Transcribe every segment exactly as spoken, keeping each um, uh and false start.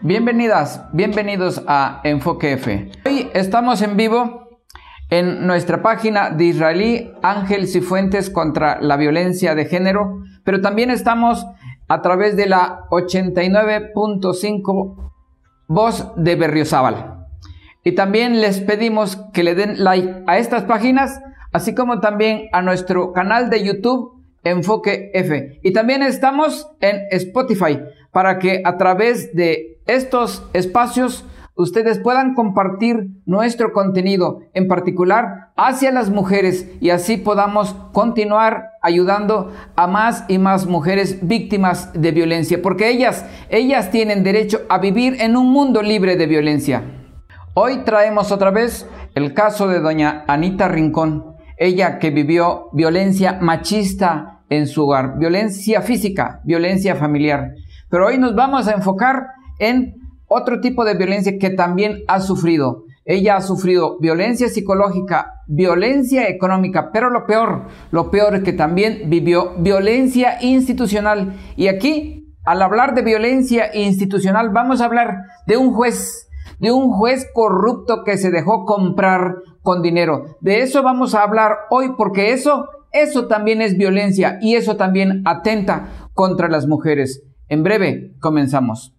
Bienvenidas, bienvenidos a Enfoque F. Hoy estamos en vivo en nuestra página de Israelí Ángel Cifuentes contra la violencia de género, pero también estamos a través de la ochenta y nueve punto cinco Voz de Berriozábal. Y también les pedimos que le den like a estas páginas, así como también a nuestro canal de YouTube Enfoque F. Y también estamos en Spotify para que a través de estos espacios ustedes puedan compartir nuestro contenido, en particular hacia las mujeres, y así podamos continuar ayudando a más y más mujeres víctimas de violencia, porque ellas, ellas tienen derecho a vivir en un mundo libre de violencia. Hoy traemos otra vez el caso de doña Anita Rincón, ella que vivió violencia machista en su hogar, violencia física, violencia familiar. Pero hoy nos vamos a enfocar en otro tipo de violencia que también ha sufrido. Ella ha sufrido violencia psicológica, violencia económica, pero lo peor, lo peor es que también vivió violencia institucional. Y aquí, al hablar de violencia institucional, vamos a hablar de un juez, de un juez corrupto que se dejó comprar con dinero. De eso vamos a hablar hoy, porque eso, eso también es violencia y eso también atenta contra las mujeres. En breve, comenzamos.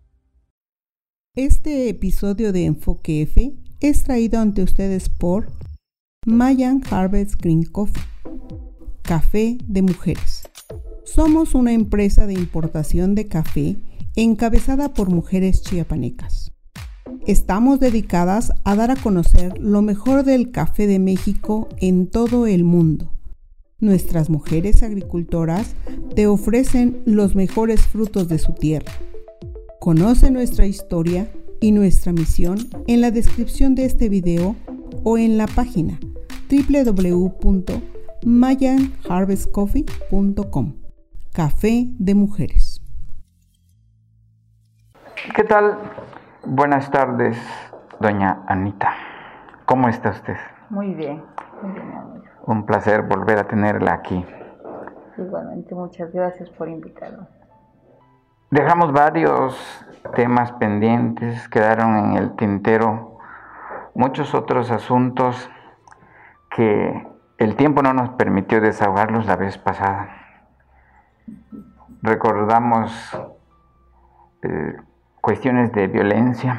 Este episodio de Enfoque F es traído ante ustedes por Mayan Harvest Green Coffee, café de mujeres. Somos una empresa de importación de café encabezada por mujeres chiapanecas. Estamos dedicadas a dar a conocer lo mejor del café de México en todo el mundo. Nuestras mujeres agricultoras te ofrecen los mejores frutos de su tierra. Conoce nuestra historia y nuestra misión en la descripción de este video o en la página doble u doble u doble u punto mayan harvest coffee punto com. Café de mujeres. ¿Qué tal? Buenas tardes, doña Anita. ¿Cómo está usted? Muy bien, muy bien, amigo. Un placer volver a tenerla aquí. Igualmente, muchas gracias por invitarnos. Dejamos varios temas pendientes, quedaron en el tintero muchos otros asuntos que el tiempo no nos permitió desahogarlos la vez pasada. Recordamos eh, cuestiones de violencia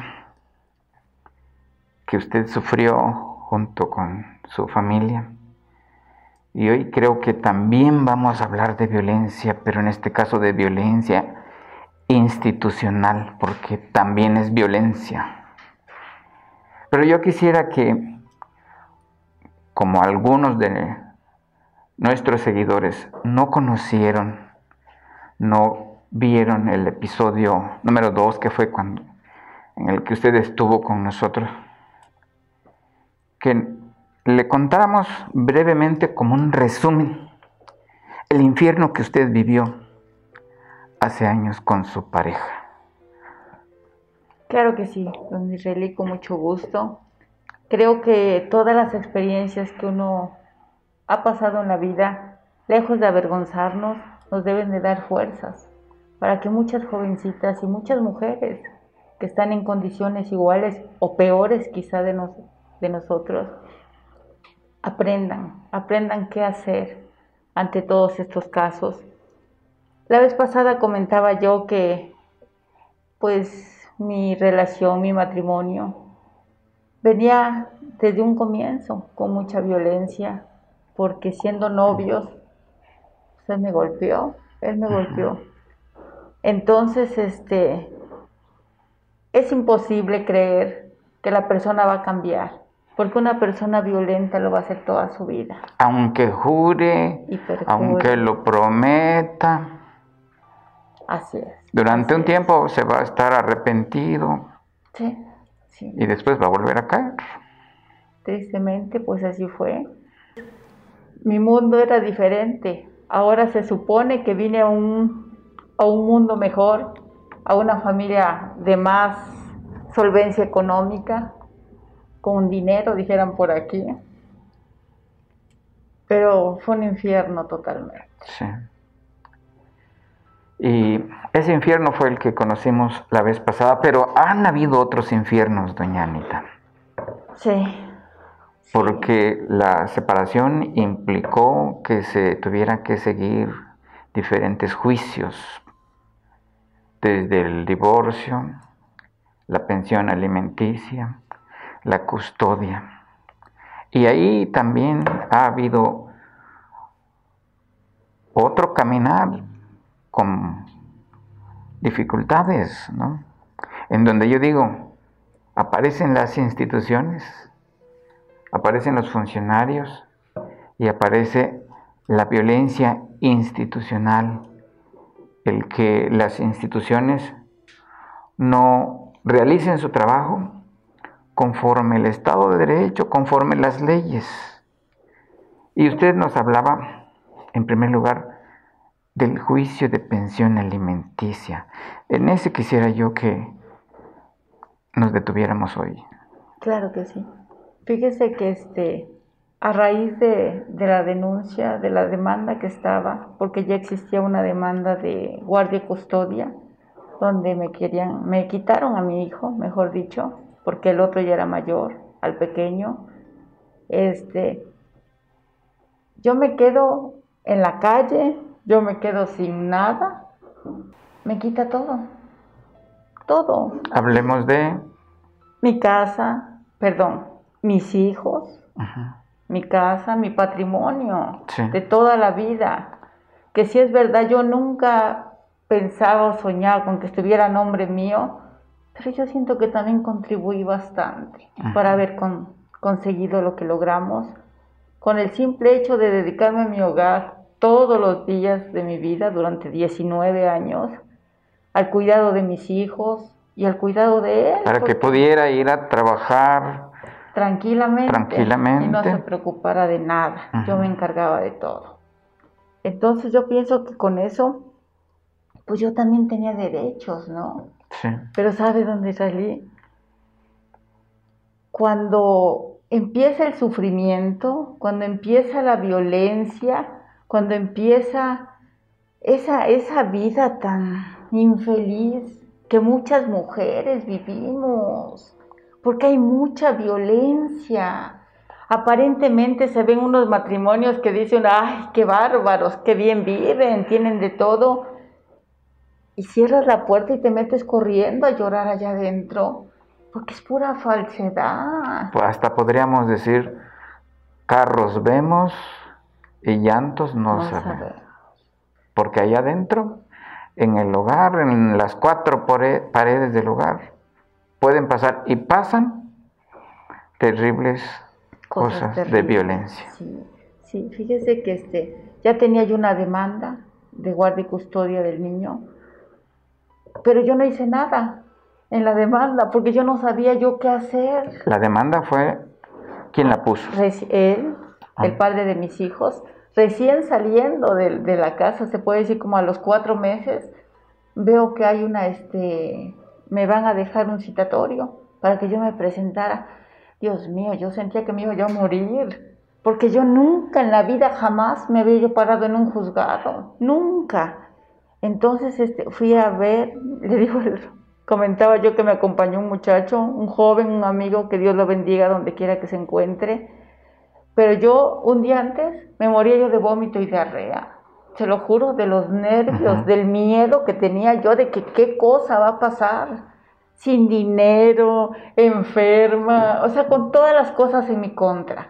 que usted sufrió junto con su familia. Y hoy creo que también vamos a hablar de violencia, pero en este caso de violencia institucional, porque también es violencia. Pero yo quisiera que, como algunos de nuestros seguidores no conocieron, no vieron el episodio número dos, que fue cuando en el que usted estuvo con nosotros, que le contáramos brevemente, como un resumen, el infierno que usted vivió hace años con su pareja. Claro que sí, don Israelí, con mucho gusto. Creo que todas las experiencias que uno ha pasado en la vida, lejos de avergonzarnos, nos deben de dar fuerzas para que muchas jovencitas y muchas mujeres que están en condiciones iguales o peores quizá de, nos, de nosotros, aprendan, aprendan qué hacer ante todos estos casos. La vez pasada comentaba yo que pues mi relación, mi matrimonio venía desde un comienzo con mucha violencia, porque siendo novios se me golpeó, él me golpeó. Entonces, este, es imposible creer que la persona va a cambiar, porque una persona violenta lo va a hacer toda su vida. Aunque jure, aunque lo prometa. Así es. Durante así un tiempo es. se va a estar arrepentido. Sí, sí. Y después va a volver a caer. Tristemente, pues así fue. Mi mundo era diferente. Ahora se supone que vine a un, a un mundo mejor, a una familia de más solvencia económica, con dinero, dijeran por aquí. Pero fue un infierno totalmente. Sí. Y ese infierno fue el que conocimos la vez pasada, pero han habido otros infiernos, doña Anita. Sí. Porque la separación implicó que se tuviera que seguir diferentes juicios, desde el divorcio, la pensión alimenticia, la custodia. Y ahí también ha habido otro caminar con dificultades, ¿no? En donde yo digo, aparecen las instituciones, aparecen los funcionarios y aparece la violencia institucional, el que las instituciones no realicen su trabajo conforme el Estado de Derecho, conforme las leyes. Y usted nos hablaba, en primer lugar, del juicio de pensión alimenticia. En ese quisiera yo que nos detuviéramos hoy. Claro que sí. Fíjese que este, a raíz de, de la denuncia, de la demanda que estaba, porque ya existía una demanda de guardia y custodia, donde me querían, me quitaron a mi hijo, mejor dicho, porque el otro ya era mayor, al pequeño. Este, yo me quedo en la calle, yo me quedo sin nada, me quita todo, todo. Hablemos de mi casa, perdón, mis hijos, uh-huh. mi casa, mi patrimonio, sí. de toda la vida. Que si es verdad, yo nunca pensaba o soñaba con que estuviera a nombre mío, pero yo siento que también contribuí bastante uh-huh. para haber con, conseguido lo que logramos, con el simple hecho de dedicarme a mi hogar todos los días de mi vida durante diecinueve años, al cuidado de mis hijos y al cuidado de él. Para que pudiera ir a trabajar tranquilamente, tranquilamente. y no se preocupara de nada. Uh-huh. Yo me encargaba de todo. Entonces yo pienso que con eso, pues yo también tenía derechos, ¿no? Sí. Pero ¿sabe dónde salí? Cuando empieza el sufrimiento, cuando empieza la violencia, cuando empieza esa, esa vida tan infeliz que muchas mujeres vivimos, porque hay mucha violencia. Aparentemente se ven unos matrimonios que dicen, ay, qué bárbaros, qué bien viven, tienen de todo, y cierras la puerta y te metes corriendo a llorar allá adentro, porque es pura falsedad. Pues hasta podríamos decir, carros vemos y llantos no, no sabemos. sabemos. Porque allá adentro, en el hogar, en las cuatro paredes del hogar, pueden pasar y pasan terribles cosas, cosas terribles. de violencia. Sí, sí, fíjese que este, ya tenía yo una demanda de guardia y custodia del niño, pero yo no hice nada en la demanda, porque yo no sabía yo qué hacer. La demanda fue, ¿quién la puso? Él, ah. el padre de mis hijos, recién saliendo de, de la casa, se puede decir como a los cuatro meses, veo que hay una, este, me van a dejar un citatorio para que yo me presentara. Dios mío, yo sentía que me iba yo a morir, porque yo nunca en la vida jamás me había yo parado en un juzgado, nunca. Entonces este, fui a ver, le digo, comentaba yo que me acompañó un muchacho, un joven, un amigo, que Dios lo bendiga donde quiera que se encuentre, pero yo un día antes me moría yo de vómito y diarrea, se lo juro, de los nervios, uh-huh. del miedo que tenía yo de que qué cosa va a pasar, sin dinero, enferma, o sea, con todas las cosas en mi contra.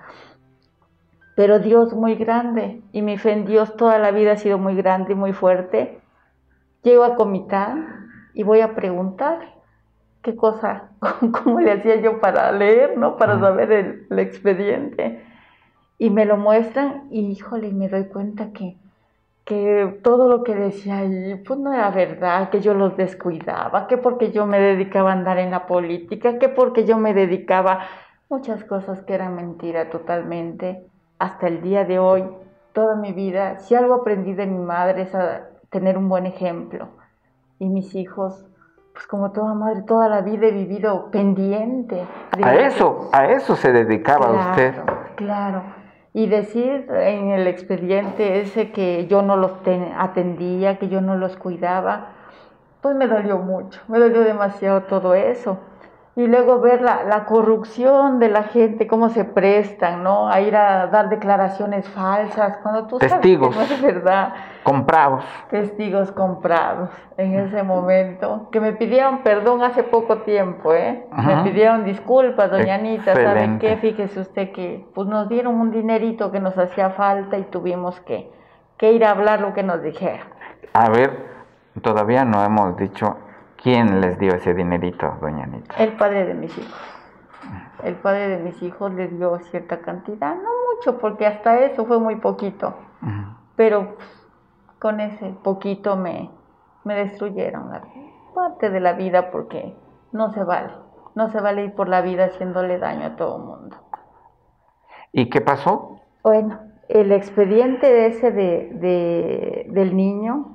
Pero Dios muy grande, y mi fe en Dios toda la vida ha sido muy grande y muy fuerte. Llego a Comitán y voy a preguntar qué cosa, cómo le hacía yo para leer, ¿no? Para saber el, el expediente. Y me lo muestran y, híjole, me doy cuenta que, que todo lo que decía ahí, pues no era verdad, que yo los descuidaba, que porque yo me dedicaba a andar en la política, que porque yo me dedicaba muchas cosas que eran mentira totalmente. Hasta el día de hoy, toda mi vida, si algo aprendí de mi madre es a tener un buen ejemplo. Y mis hijos, pues como toda madre, toda la vida he vivido pendiente. A eso, a eso se dedicaba claro, usted. Claro. Y decir en el expediente ese que yo no los atendía, que yo no los cuidaba, pues me dolió mucho, me dolió demasiado todo eso. Y luego ver la, la corrupción de la gente, cómo se prestan, ¿no? A ir a dar declaraciones falsas, cuando tú testigos sabes que no es verdad. Comprados. Testigos comprados en ese momento, que me pidieron perdón hace poco tiempo, ¿eh? Ajá. Me pidieron disculpas, doña Anita, ¿sabe Excelente. qué? Fíjese usted que pues nos dieron un dinerito que nos hacía falta y tuvimos que, que ir a hablar lo que nos dijeron. A ver, todavía no hemos dicho quién les dio ese dinerito, doña Anita. El padre de mis hijos. El padre de mis hijos les dio cierta cantidad, no mucho, porque hasta eso fue muy poquito, uh-huh. Pero pues, con ese poquito me, me destruyeron la parte de la vida, porque no se vale, no se vale ir por la vida haciéndole daño a todo el mundo. ¿Y qué pasó? Bueno, el expediente ese de, de, del niño,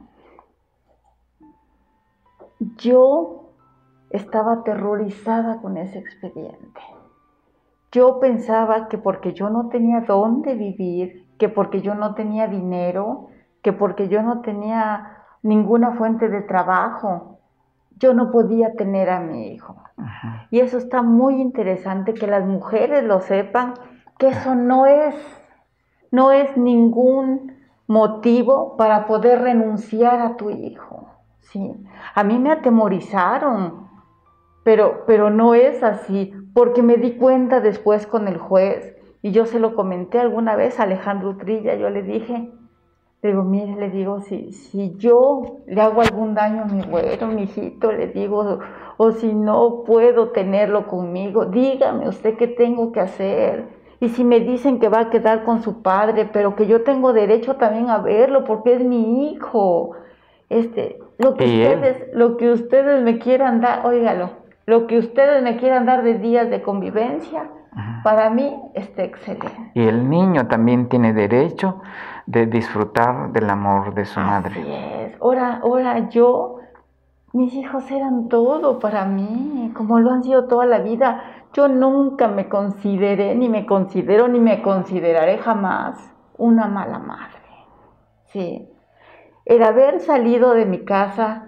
yo estaba aterrorizada con ese expediente. Yo pensaba que porque yo no tenía dónde vivir, que porque yo no tenía dinero, que porque yo no tenía ninguna fuente de trabajo, yo no podía tener a mi hijo. Ajá. Y eso está muy interesante, que las mujeres lo sepan, que eso no es, no es ningún motivo para poder renunciar a tu hijo. Sí. A mí me atemorizaron, pero, pero no es así, porque me di cuenta después con el juez, y yo se lo comenté alguna vez a Alejandro Trilla. Yo le dije, le digo, mire, le digo, si, si yo le hago algún daño a mi güero, mi hijito, le digo, o si no puedo tenerlo conmigo, dígame usted qué tengo que hacer. Y si me dicen que va a quedar con su padre, pero que yo tengo derecho también a verlo, porque es mi hijo. Este, lo que ustedes, lo que ustedes me quieran dar, óigalo, lo que ustedes me quieran dar de días de convivencia, ajá, para mí está excelente. Y el niño también tiene derecho de disfrutar del amor de su Así madre. Así es. Ahora, ahora yo, mis hijos eran todo para mí, como lo han sido toda la vida. Yo nunca me consideré, ni me considero, ni me consideraré jamás una mala madre. Sí. El haber salido de mi casa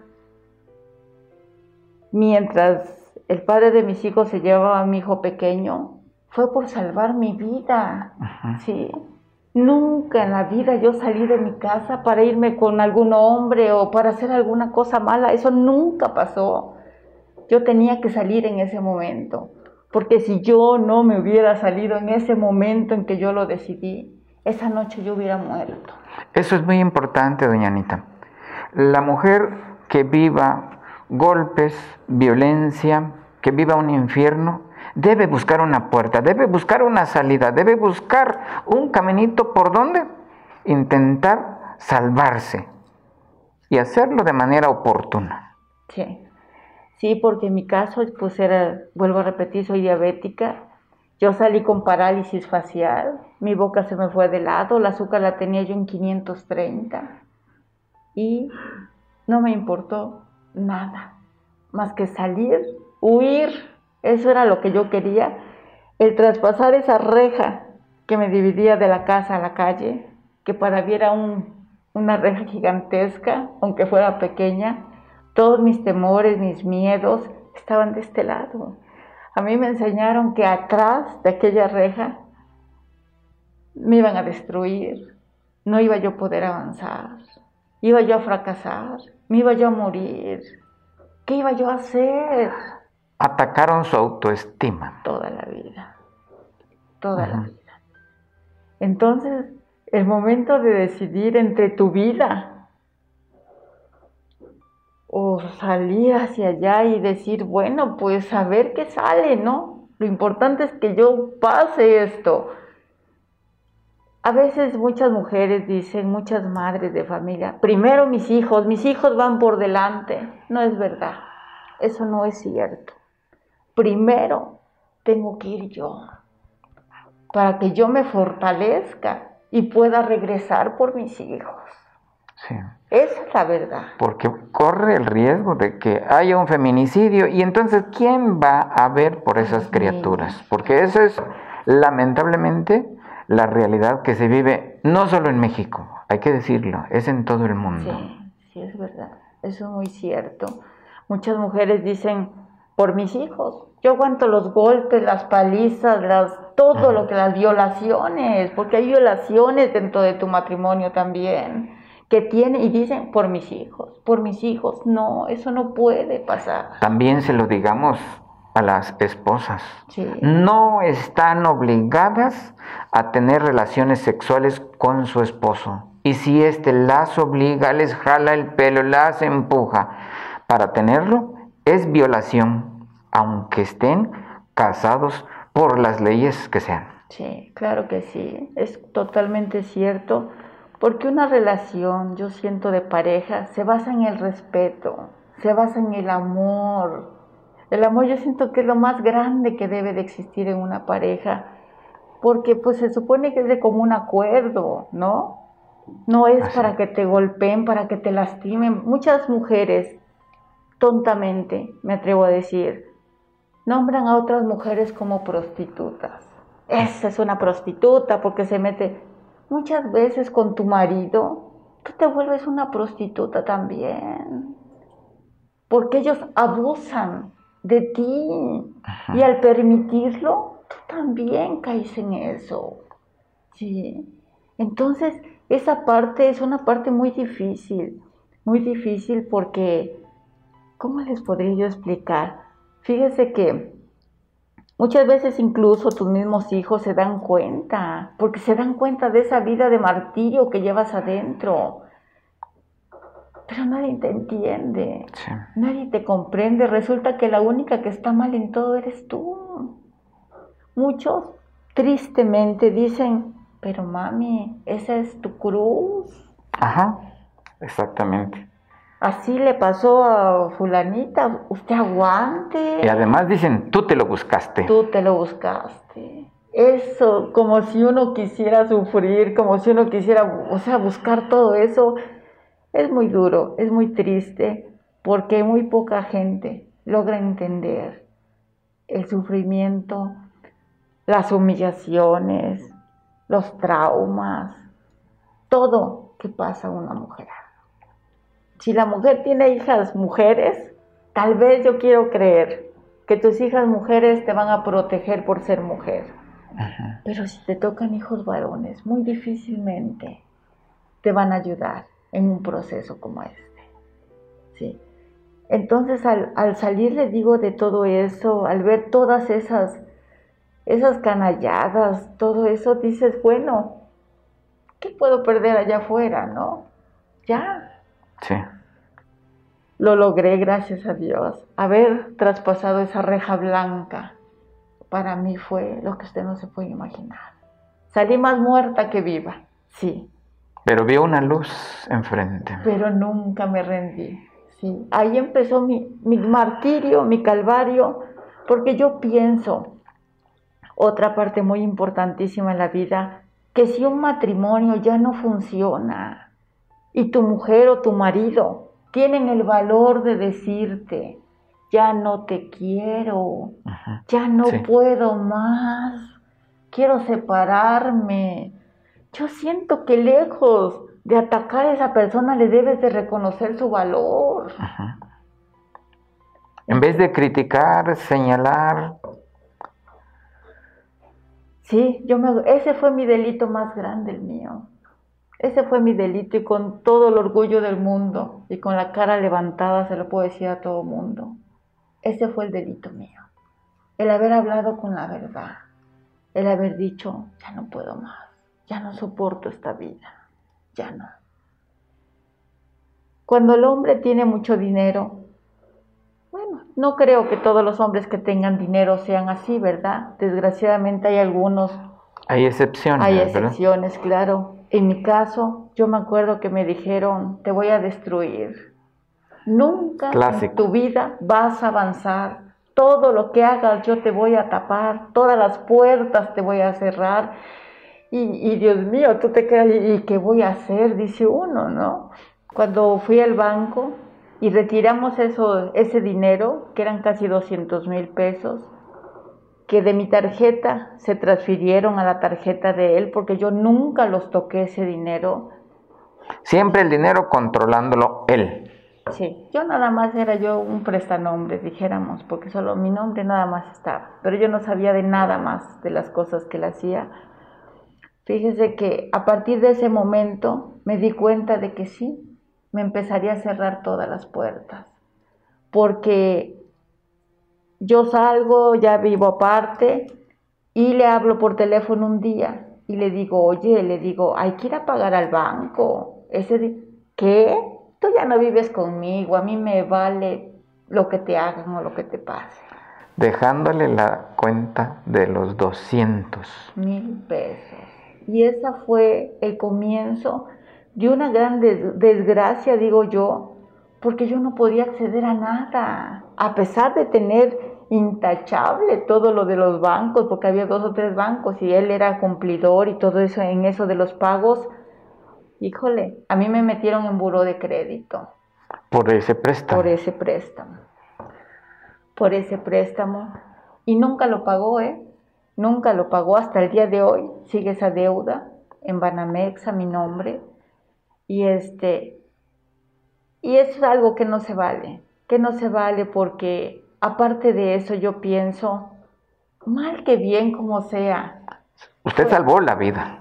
mientras el padre de mis hijos se llevaba a mi hijo pequeño fue por salvar mi vida. Uh-huh. Sí. Nunca en la vida yo salí de mi casa para irme con algún hombre o para hacer alguna cosa mala. Eso nunca pasó. Yo tenía que salir en ese momento, porque si yo no me hubiera salido en ese momento en que yo lo decidí, esa noche yo hubiera muerto. Eso es muy importante, doña Anita. La mujer que viva golpes, violencia, que viva un infierno, debe buscar una puerta, debe buscar una salida, debe buscar un caminito por donde intentar salvarse y hacerlo de manera oportuna. Sí, sí, porque en mi caso, pues era, vuelvo a repetir, soy diabética. Yo salí con parálisis facial, mi boca se me fue de lado, el azúcar la tenía yo en quinientos treinta y no me importó nada, más que salir, huir. Eso era lo que yo quería, el traspasar esa reja que me dividía de la casa a la calle, que para mí era un, una reja gigantesca, aunque fuera pequeña. Todos mis temores, mis miedos estaban de este lado. A mí me enseñaron que atrás de aquella reja me iban a destruir, no iba yo a poder avanzar, iba yo a fracasar, me iba yo a morir. ¿Qué iba yo a hacer? Atacaron su autoestima. Toda la vida, toda uh-huh. la vida. Entonces, el momento de decidir entre tu vida o salir hacia allá y decir, bueno, pues a ver qué sale, ¿no? Lo importante es que yo pase esto. A veces muchas mujeres dicen, muchas madres de familia, primero mis hijos, mis hijos van por delante. No es verdad, eso no es cierto. Primero tengo que ir yo, para que yo me fortalezca y pueda regresar por mis hijos. Sí. Esa es la verdad. Porque corre el riesgo de que haya un feminicidio y entonces ¿quién va a ver por esas criaturas? Porque esa es lamentablemente la realidad que se vive no solo en México, hay que decirlo, es en todo el mundo. Sí, sí, es verdad, eso es muy cierto. Muchas mujeres dicen, por mis hijos, yo aguanto los golpes, las palizas, las, todo lo que, las violaciones, porque hay violaciones dentro de tu matrimonio también, que tiene, y dicen, por mis hijos, por mis hijos. No, eso no puede pasar. También se lo digamos a las esposas. Sí. No están obligadas a tener relaciones sexuales con su esposo. Y si éste las obliga, les jala el pelo, las empuja para tenerlo, es violación, aunque estén casados por las leyes que sean. Sí, claro que sí, es totalmente cierto, porque una relación, yo siento, de pareja, se basa en el respeto, se basa en el amor. El amor yo siento que es lo más grande que debe de existir en una pareja, porque pues se supone que es de común acuerdo, ¿no? No es Así. para que te golpeen, para que te lastimen. Muchas mujeres, tontamente, me atrevo a decir, nombran a otras mujeres como prostitutas. Esa es una prostituta porque se mete. Muchas veces con tu marido, tú te vuelves una prostituta también, porque ellos abusan de ti. Ajá. Y al permitirlo, tú también caes en eso. Sí. Entonces, esa parte es una parte muy difícil, muy difícil porque, ¿cómo les podría yo explicar? Fíjese que muchas veces incluso tus mismos hijos se dan cuenta, porque se dan cuenta de esa vida de martirio que llevas adentro. Pero nadie te entiende, sí. Nadie te comprende. Resulta que la única que está mal en todo eres tú. Muchos tristemente dicen, pero mami, esa es tu cruz. Ajá, exactamente. Así le pasó a fulanita, usted aguante. Y además dicen, tú te lo buscaste. Tú te lo buscaste. Eso, como si uno quisiera sufrir, como si uno quisiera, o sea, buscar todo eso, es muy duro, es muy triste, porque muy poca gente logra entender el sufrimiento, las humillaciones, los traumas, todo que pasa a una mujer. Si la mujer tiene hijas mujeres, tal vez yo quiero creer que tus hijas mujeres te van a proteger por ser mujer. Ajá. Pero si te tocan hijos varones, muy difícilmente te van a ayudar en un proceso como este. ¿Sí? Entonces, al, al salir, les digo, de todo eso, al ver todas esas, esas canalladas, todo eso, dices, bueno, ¿qué puedo perder allá afuera, no? Ya. Sí. Lo logré, gracias a Dios. Haber traspasado esa reja blanca, para mí fue lo que usted no se puede imaginar. Salí más muerta que viva, sí. Pero vio una luz enfrente. Pero nunca me rendí, sí. Ahí empezó mi, mi martirio, mi calvario, porque yo pienso, otra parte muy importantísima en la vida, que si un matrimonio ya no funciona, y tu mujer o tu marido tienen el valor de decirte, ya no te quiero, ajá, ya no sí. puedo más, quiero separarme. Yo siento que lejos de atacar a esa persona le debes de reconocer su valor. Ajá. En vez de criticar, señalar. Sí, yo me, ese fue mi delito más grande, el mío. Ese fue mi delito y con todo el orgullo del mundo y con la cara levantada se lo puedo decir a todo el mundo. Ese fue el delito mío. El haber hablado con la verdad. El haber dicho, ya no puedo más. Ya no soporto esta vida. Ya no. Cuando el hombre tiene mucho dinero, bueno, no creo que todos los hombres que tengan dinero sean así, ¿verdad? Desgraciadamente hay algunos. Hay excepciones, Hay excepciones, ¿verdad? Claro. En mi caso, yo me acuerdo que me dijeron, te voy a destruir. Nunca Clásico. En tu vida vas a avanzar. Todo lo que hagas yo te voy a tapar. Todas las puertas te voy a cerrar. Y, y Dios mío, tú te quedas, ¿y qué voy a hacer? Dice uno, ¿no? Cuando fui al banco y retiramos eso, ese dinero, que eran casi doscientos mil pesos, que de mi tarjeta se transfirieron a la tarjeta de él, porque yo nunca los toqué ese dinero. Siempre el dinero controlándolo él. Sí, yo nada más era yo un prestanombre, dijéramos, porque solo mi nombre nada más estaba, pero yo no sabía de nada más de las cosas que él hacía. Fíjese que a partir de ese momento me di cuenta de que sí, me empezaría a cerrar todas las puertas, porque yo salgo, ya vivo aparte, y le hablo por teléfono un día, y le digo, oye, le digo, hay que ir a pagar al banco. Ese día, ¿qué? Tú ya no vives conmigo, a mí me vale lo que te hagan o lo que te pase. Dejándole la cuenta de los doscientos Mil pesos. Y ese fue el comienzo de una gran des- desgracia, digo yo, porque yo no podía acceder a nada, a pesar de tener intachable todo lo de los bancos, porque había dos o tres bancos y él era cumplidor y todo eso en eso de los pagos. Híjole, a mí me metieron en buró de crédito. por ese préstamo. Por ese préstamo. Por ese préstamo. Y nunca lo pagó, ¿eh? Nunca lo pagó hasta el día de hoy. Sigue esa deuda en Banamex a mi nombre. Y este... Y eso es algo que no se vale. Que no se vale porque, aparte de eso, yo pienso, mal que bien como sea. Usted salvó la vida.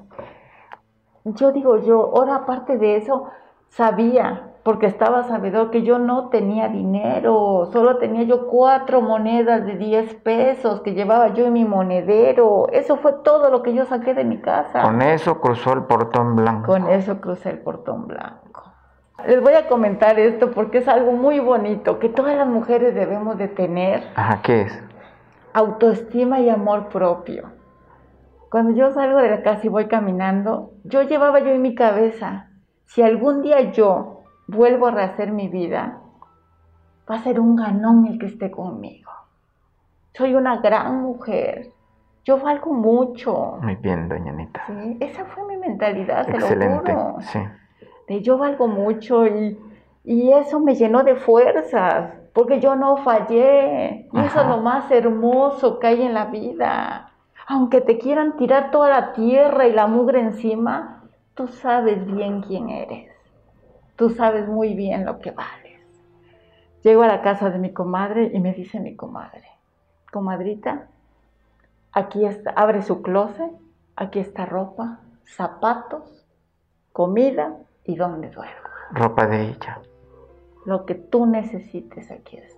Yo digo yo, ahora aparte de eso, sabía, porque estaba sabedor que yo no tenía dinero, solo tenía yo cuatro monedas de diez pesos que llevaba yo en mi monedero. Eso fue todo lo que yo saqué de mi casa. Con eso cruzó el portón blanco. Con eso crucé el portón blanco. Les voy a comentar esto porque es algo muy bonito, que todas las mujeres debemos de tener. Ajá, ¿qué es? Autoestima y amor propio. Cuando yo salgo de la casa y voy caminando, yo llevaba yo en mi cabeza, si algún día yo vuelvo a rehacer mi vida, va a ser un ganón el que esté conmigo. Soy una gran mujer, yo valgo mucho. Muy bien, doña Anita. ¿Sí? Esa fue mi mentalidad, se Excelente, lo juro. sí. De yo valgo mucho y, y eso me llenó de fuerzas, porque yo no fallé. Y eso es lo más hermoso que hay en la vida. Aunque te quieran tirar toda la tierra y la mugre encima, tú sabes bien quién eres. Tú sabes muy bien lo que vales. Llego a la casa de mi comadre y me dice mi comadre, comadrita, aquí está, abre su closet, aquí está ropa, zapatos, comida y donde duermo. Ropa de ella. Lo que tú necesites, aquí está.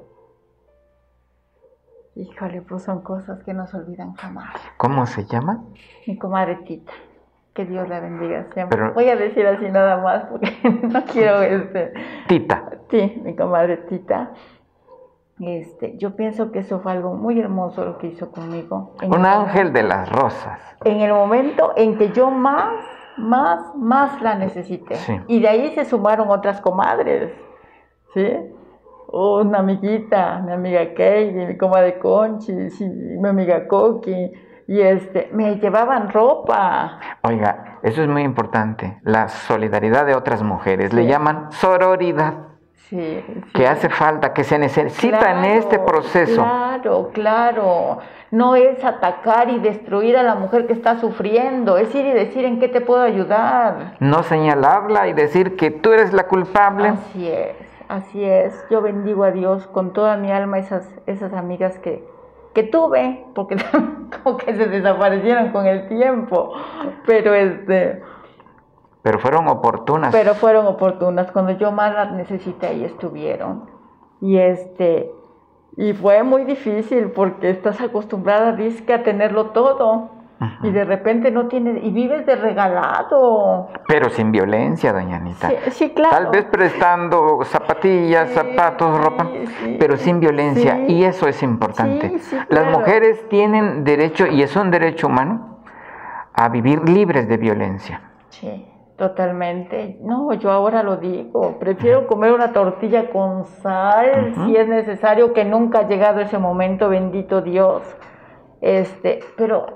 Híjole, pues son cosas que no se olvidan jamás. ¿Cómo se llama? Mi comadre Tita, que Dios la bendiga siempre. Pero... voy a decir así nada más porque no quiero este... Tita. Sí, mi comadre Tita. Este, yo pienso que eso fue algo muy hermoso lo que hizo conmigo. Un ángel de las rosas. En el momento en que yo más, más, más la necesité. Sí. Y de ahí se sumaron otras comadres, ¿sí? Una amiguita, mi amiga Katie, mi comadre Conchi, sí, mi amiga Coqui, y este, me llevaban ropa. Oiga, eso es muy importante, la solidaridad de otras mujeres, Sí. le llaman sororidad, Sí, sí. que hace falta, que se necesita Claro, en este proceso. Claro, claro. No es atacar y destruir a la mujer que está sufriendo, es ir y decir en qué te puedo ayudar. No señalarla y decir que tú eres la culpable. Así es. Así es, yo bendigo a Dios con toda mi alma esas, esas amigas que, que tuve, porque como que se desaparecieron con el tiempo, pero este... Pero fueron oportunas. Pero fueron oportunas, cuando yo más las necesité ahí estuvieron. Y este, y fue muy difícil porque estás acostumbrada, dizque, a tenerlo todo. Uh-huh. Y de repente no tienes, y vives de regalado. Pero sin violencia, doña Anita. Sí, sí, claro. Tal vez prestando zapatillas, sí, zapatos, sí, ropa, sí, pero sin violencia. Sí. Y eso es importante. Sí, sí, claro. Las mujeres tienen derecho, y es un derecho humano, a vivir libres de violencia. Sí, totalmente. No, yo ahora lo digo. Prefiero comer una tortilla con sal, uh-huh. si es necesario, que nunca ha llegado ese momento, bendito Dios. Este, pero...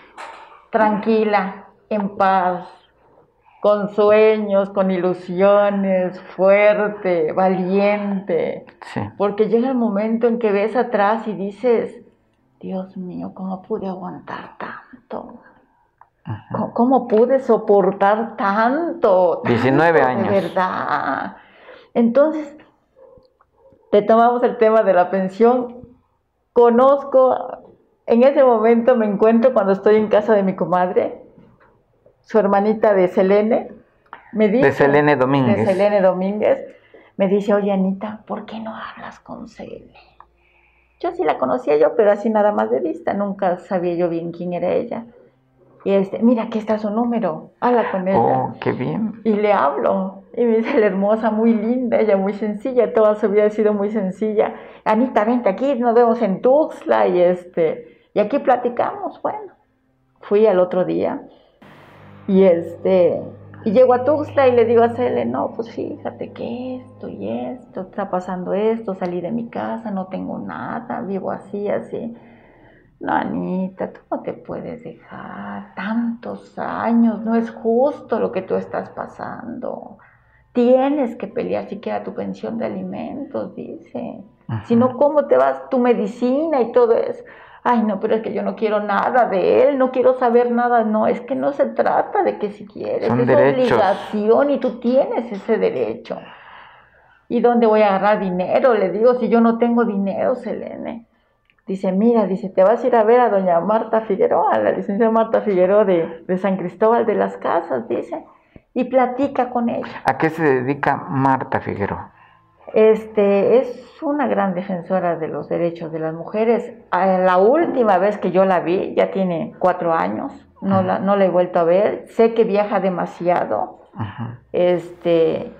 tranquila, en paz, con sueños, con ilusiones, fuerte, valiente. Sí. Porque llega el momento en que ves atrás y dices, Dios mío, ¿cómo pude aguantar tanto? ¿Cómo, cómo pude soportar tanto? tanto diecinueve años. De verdad. Entonces, retomamos el tema de la pensión. Conozco, en ese momento me encuentro cuando estoy en casa de mi comadre, su hermanita de Selene, me dice, de Selene Domínguez. De Selene Domínguez, me dice, oye Anita, ¿por qué no hablas con Selene? Yo sí la conocía yo, pero así nada más de vista, nunca sabía yo bien quién era ella. Y este, mira, aquí está su número, habla con ella. Oh, qué bien. Y le hablo, y me dice, la hermosa, muy linda, ella muy sencilla, toda su vida ha sido muy sencilla. Anita, vente aquí, nos vemos en Tuxtla, y este, y aquí platicamos. Bueno, fui al otro día, y este, y llego a Tuxtla y le digo a Cele, no, pues fíjate que esto y esto, está pasando esto, salí de mi casa, no tengo nada, vivo así, así. No, Anita, tú no te puedes dejar tantos años, no es justo lo que tú estás pasando. Tienes que pelear siquiera tu pensión de alimentos, dice. Ajá. Si no, ¿cómo te vas tu medicina y todo eso? Ay, no, pero es que yo no quiero nada de él, no quiero saber nada. No, es que no se trata de que si quieres, son es derechos. Obligación y tú tienes ese derecho. ¿Y dónde voy a agarrar dinero? Le digo, si yo no tengo dinero, Selene. Dice, mira, dice, te vas a ir a ver a doña Marta Figueroa, la licenciada Marta Figueroa de, de San Cristóbal de las Casas, dice, y platica con ella. ¿A qué se dedica Marta Figueroa? Este, es una gran defensora de los derechos de las mujeres. La última vez que yo la vi, ya tiene cuatro años, no, uh-huh. la, no la he vuelto a ver, sé que viaja demasiado, uh-huh. este,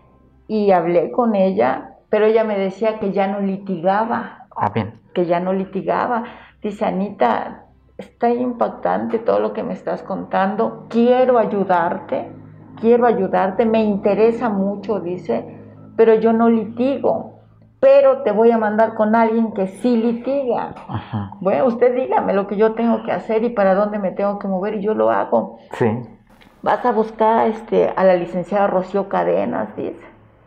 y hablé con ella, pero ella me decía que ya no litigaba. Ah, bien. que ya no litigaba. Dice, Anita, está impactante todo lo que me estás contando, quiero ayudarte, quiero ayudarte, me interesa mucho, dice, pero yo no litigo, pero te voy a mandar con alguien que sí litiga. Ajá. Bueno, usted dígame lo que yo tengo que hacer y para dónde me tengo que mover y yo lo hago. Sí. Vas a buscar este, a la licenciada Rocío Cadenas, dice.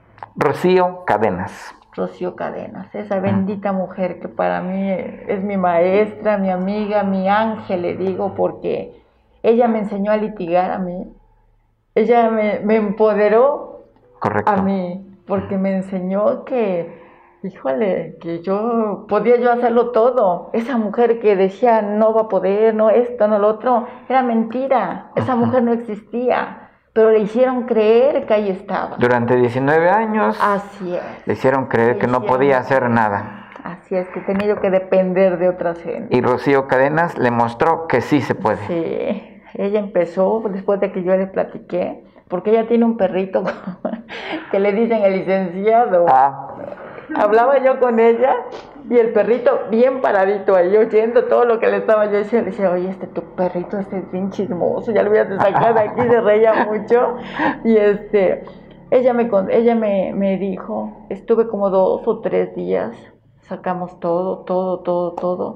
Rocío Cadenas. Rocío Cadenas, esa bendita mujer que para mí es mi maestra, mi amiga, mi ángel, le digo, porque ella me enseñó a litigar a mí, ella me, me empoderó. Correcto. A mí, porque me enseñó que, híjole, que yo podía yo hacerlo todo. Esa mujer que decía no va a poder, no esto, no lo otro, era mentira, esa uh-huh. mujer no existía. Pero le hicieron creer que ahí estaba. Durante diecinueve años. Así es. Le hicieron creer le que hicieron no podía hacer nada. Así es, que tenía yo que depender de otra gente. Y Rocío Cadenas le mostró que sí se puede. Sí, ella empezó después de que yo le platiqué, porque ella tiene un perrito que le dicen el licenciado. Ah. Hablaba yo con ella y el perrito bien paradito ahí oyendo todo lo que le estaba yo diciendo. Le decía, oye, este tu perrito este es bien chismoso, ya lo voy a sacar de aquí, se reía mucho. Y este, ella me ella me, me dijo, estuve como dos o tres días, sacamos todo, todo, todo, todo.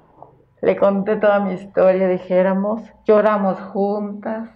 Le conté toda mi historia, dijéramos, lloramos juntas,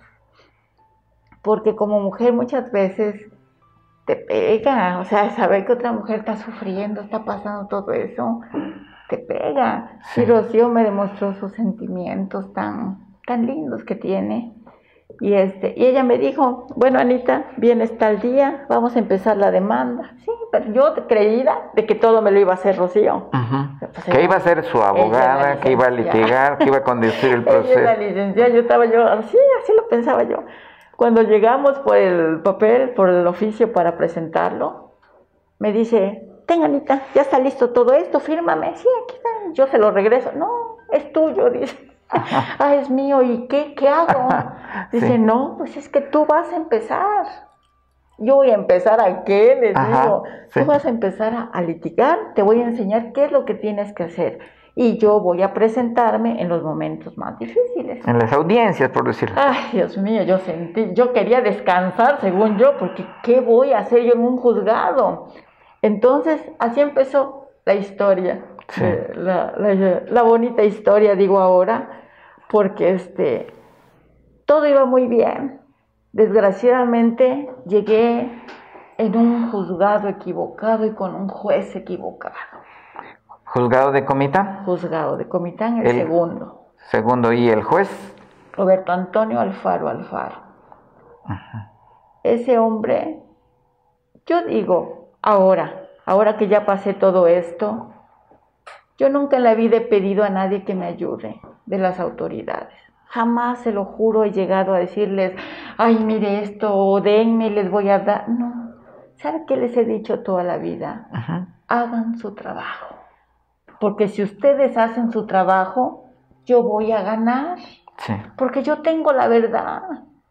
porque como mujer muchas veces te pega, o sea, saber que otra mujer está sufriendo, está pasando todo eso, te pega. Sí. Y Rocío me demostró sus sentimientos tan, tan lindos que tiene. Y, este, y ella me dijo, bueno, Anita, vienes tal día, vamos a empezar la demanda. Sí, pero yo creída de que todo me lo iba a hacer Rocío. Uh-huh. Pues que ella, iba a ser su abogada, que iba a litigar, que iba a conducir el proceso. Ella es la licenciada, yo estaba yo, así, así lo pensaba yo. Cuando llegamos por el papel, por el oficio para presentarlo, me dice, ten Anita, ya está listo todo esto, fírmame. Sí, aquí está, yo se lo regreso. No, es tuyo, dice. Ah, es mío, ¿y qué, qué hago? Dice, sí. No, pues es que tú vas a empezar. Yo voy a empezar a qué, les Ajá, digo. Sí. Tú vas a empezar a, a litigar, te voy a enseñar qué es lo que tienes que hacer. Y yo voy a presentarme en los momentos más difíciles. En las audiencias, por decirlo. Ay, Dios mío, yo sentí, yo quería descansar, según yo, porque ¿qué voy a hacer yo en un juzgado? Entonces, así empezó la historia, sí. eh, la, la, la bonita historia, digo ahora, porque este, todo iba muy bien. Desgraciadamente, llegué en un juzgado equivocado y con un juez equivocado. ¿Juzgado de Comitán? Juzgado de Comitán, el, el segundo. Segundo, ¿y el juez? Roberto Antonio Alfaro Alfaro. Uh-huh. Ese hombre, yo digo, ahora, ahora que ya pasé todo esto, yo nunca en la vida he pedido a nadie que me ayude de las autoridades. Jamás, se lo juro, he llegado a decirles, ay, mire esto, o denme, les voy a dar. No, ¿sabe qué les he dicho toda la vida? Uh-huh. Hagan su trabajo. Porque si ustedes hacen su trabajo, yo voy a ganar. Sí. Porque yo tengo la verdad.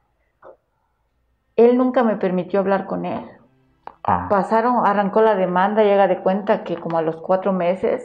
Él nunca me permitió hablar con él. Ah. Pasaron, arrancó la demanda y haga de cuenta que como a los cuatro meses,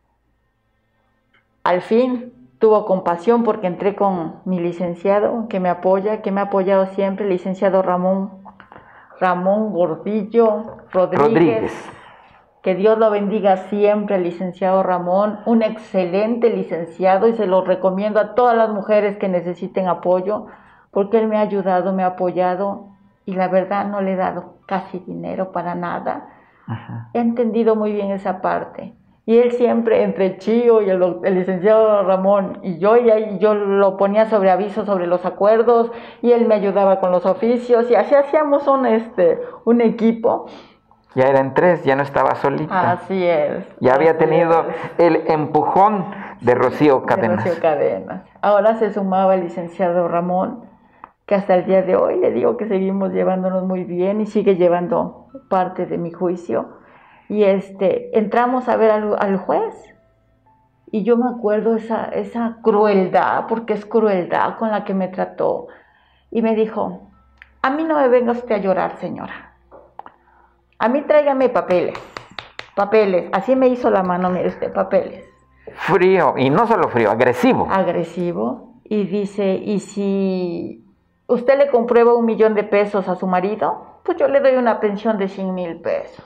al fin tuvo compasión porque entré con mi licenciado que me apoya, que me ha apoyado siempre, el licenciado Ramón, Ramón Gordillo Rodríguez. Rodríguez. Que Dios lo bendiga siempre, el licenciado Ramón, un excelente licenciado, y se lo recomiendo a todas las mujeres que necesiten apoyo, porque él me ha ayudado, me ha apoyado, y la verdad no le he dado casi dinero para nada. Ajá. He entendido muy bien esa parte. Y él siempre, entre Chío y el, el licenciado Ramón y yo, y ahí yo lo ponía sobre aviso sobre los acuerdos, y él me ayudaba con los oficios, y así hacíamos un, este, un equipo. Ya eran tres, ya no estaba solita. Así es. Ya había así tenido es. el empujón de Rocío Cadenas. De Rocío Cadenas. Ahora se sumaba el licenciado Ramón, que hasta el día de hoy le digo que seguimos llevándonos muy bien y sigue llevando parte de mi juicio. Y este, entramos a ver al, al juez, y yo me acuerdo esa, esa crueldad, porque es crueldad con la que me trató. Y me dijo, a mí no me venga usted a llorar, señora. A mí tráigame papeles, papeles. Así me hizo la mano, mire usted, papeles. Frío, y no solo frío, agresivo. Agresivo. Y dice, y si usted le comprueba un millón de pesos a su marido, pues yo le doy una pensión de cien mil pesos.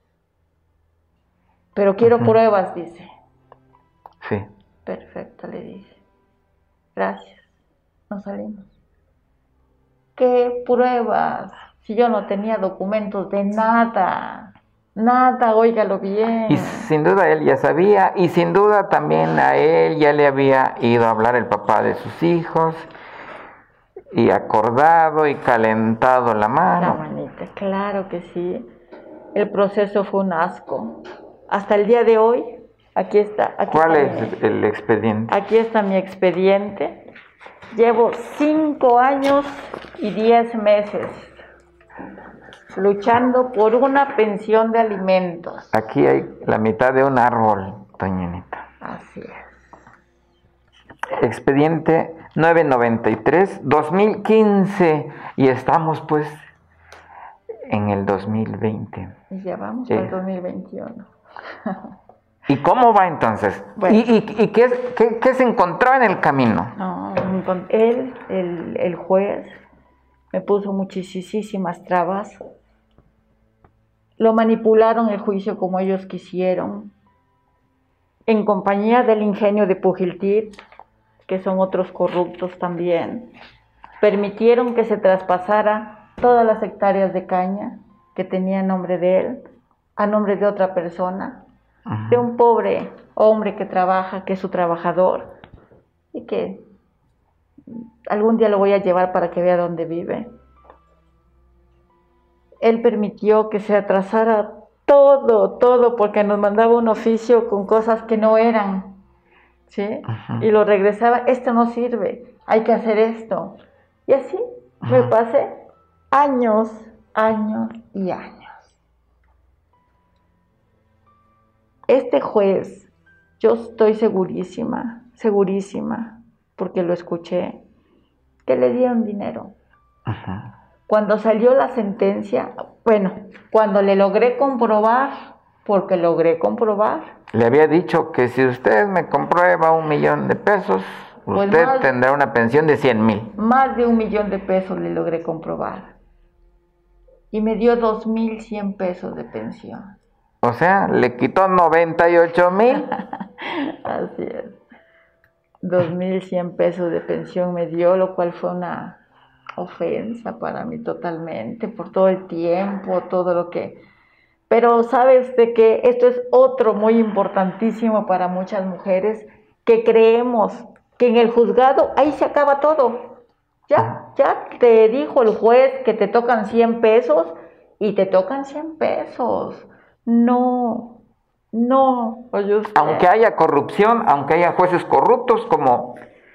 Pero quiero uh-huh. pruebas, dice. Sí. Perfecto, le dice. Gracias. Nos salimos. ¿Qué pruebas? Si yo no tenía documentos de nada, nada, óigalo bien. Y sin duda él ya sabía, y sin duda también a él ya le había ido a hablar el papá de sus hijos, y acordado y calentado la mano. La manita, claro que sí. El proceso fue un asco. Hasta el día de hoy, aquí está. Aquí ¿Cuál está es mi, el expediente? Aquí está mi expediente. Llevo cinco años y diez meses luchando por una pensión de alimentos. Aquí hay la mitad de un árbol, doña Anita. Así es. Expediente novecientos noventa y tres, dos mil quince, y estamos pues en el dos mil veinte. Y ya vamos eh. para el dos mil veintiuno. ¿Y cómo va entonces? Bueno. ¿Y, y, y qué, qué, qué se encontró en el camino? No, él, el, el juez, me puso muchísimas trabas. Lo manipularon el juicio como ellos quisieron, en compañía del ingenio de Pujiltit, que son otros corruptos también. Permitieron que se traspasara todas las hectáreas de caña que tenía nombre de él, a nombre de otra persona, uh-huh. de un pobre hombre que trabaja, que es su trabajador, y que algún día lo voy a llevar para que vea dónde vive. Él permitió que se atrasara todo, todo, porque nos mandaba un oficio con cosas que no eran, ¿sí? Uh-huh. Y lo regresaba, esto no sirve, hay que hacer esto. Y así uh-huh. me pasé años, años y años. Este juez, yo estoy segurísima, segurísima, porque lo escuché, que le dieron dinero. Uh-huh. Cuando salió la sentencia, bueno, cuando le logré comprobar, porque logré comprobar. Le había dicho que si usted me comprueba un millón de pesos, pues usted más, tendrá una pensión de cien mil. Más de un millón de pesos le logré comprobar. Y me dio dos mil cien pesos de pensión. O sea, le quitó noventa y ocho mil. Así es. dos mil cien pesos de pensión me dio, lo cual fue una ofensa para mí totalmente, por todo el tiempo, todo lo que Pero sabes de que esto es otro muy importantísimo para muchas mujeres, que creemos que en el juzgado ahí se acaba todo. Ya, ya te dijo el juez que te tocan cien pesos y te tocan cien pesos. No, no. Oye usted, aunque haya corrupción, aunque haya jueces corruptos como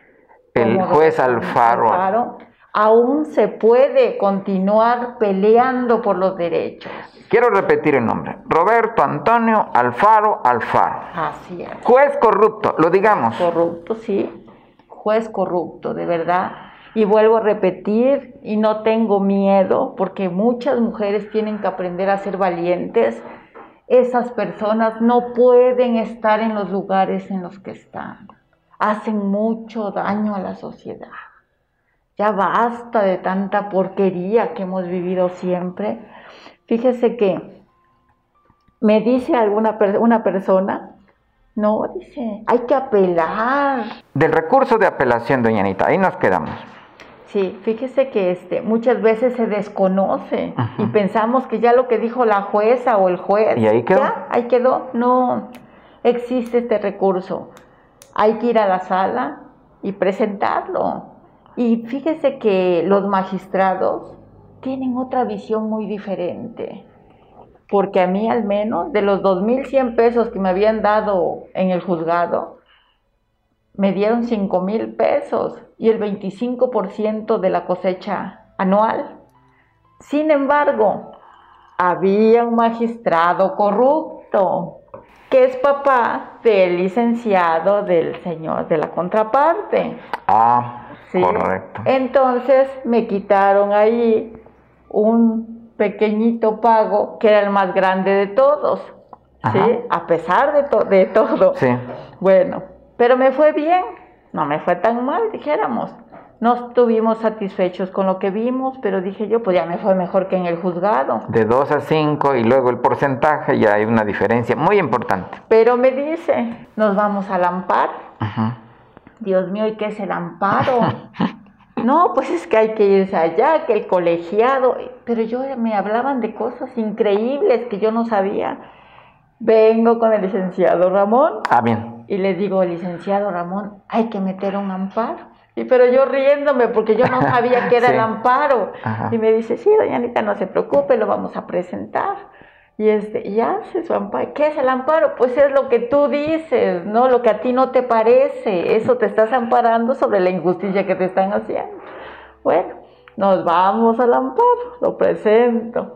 el como juez don Alfaro, Alfaro, aún se puede continuar peleando por los derechos. quiero repetir el nombre, Roberto Antonio Alfaro Alfaro. Así es. Juez corrupto, lo digamos. Corrupto, sí. Juez corrupto, de verdad. Y vuelvo a repetir, y no tengo miedo, porque muchas mujeres tienen que aprender a ser valientes. Esas personas no pueden estar en los lugares en los que están. Hacen mucho daño a la sociedad. Ya basta de tanta porquería que hemos vivido siempre. Fíjese que me dice alguna per- una persona, no, dice, hay que apelar. Del recurso de apelación, doña Anita, ahí nos quedamos. Sí, fíjese que este, muchas veces se desconoce uh-huh. y pensamos que ya lo que dijo la jueza o el juez, ¿y ahí quedó? Ya, ahí quedó. No, existe este recurso. Hay que ir a la sala y presentarlo. Y fíjese que los magistrados tienen otra visión muy diferente. Porque a mí al menos, de los dos mil cien pesos que me habían dado en el juzgado, me dieron cinco mil pesos y el veinticinco por ciento de la cosecha anual. Sin embargo, había un magistrado corrupto, que es papá del licenciado del señor de la contraparte. Ah, ¿sí? Correcto. Entonces me quitaron ahí un pequeñito pago que era el más grande de todos, ¿sí? A pesar de, to- de todo. Sí. Bueno, pero me fue bien, no me fue tan mal, dijéramos. No estuvimos satisfechos con lo que vimos, pero dije yo, pues ya me fue mejor que en el juzgado. De dos a cinco y luego el porcentaje, ya hay una diferencia muy importante. Pero me dice, nos vamos al amparo. Uh-huh. Dios mío, ¿y qué es el amparo? No, pues es que hay que irse allá, que el colegiado. Pero yo me hablaban de cosas increíbles que yo no sabía. Vengo con el licenciado Ramón. Ah, bien. Y le digo, licenciado Ramón, hay que meter un amparo. Y pero yo riéndome porque yo no sabía qué era sí. el amparo. Ajá. Y me dice, sí, doña Anita, no se preocupe, lo vamos a presentar. Y este, y hace su amparo. ¿Qué es el amparo? Pues es lo que tú dices, ¿no? Lo que a ti no te parece. Eso te estás amparando sobre la injusticia que te están haciendo. Bueno, nos vamos al amparo, lo presento.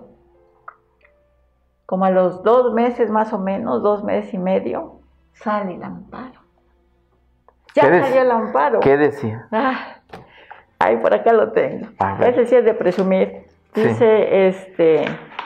Como a los dos meses más o menos, dos meses y medio, sale el amparo. Ya salió el amparo. ¿Qué decía? Ah, ahí por acá lo tengo. Ese sí es de presumir. Dice, sí. este...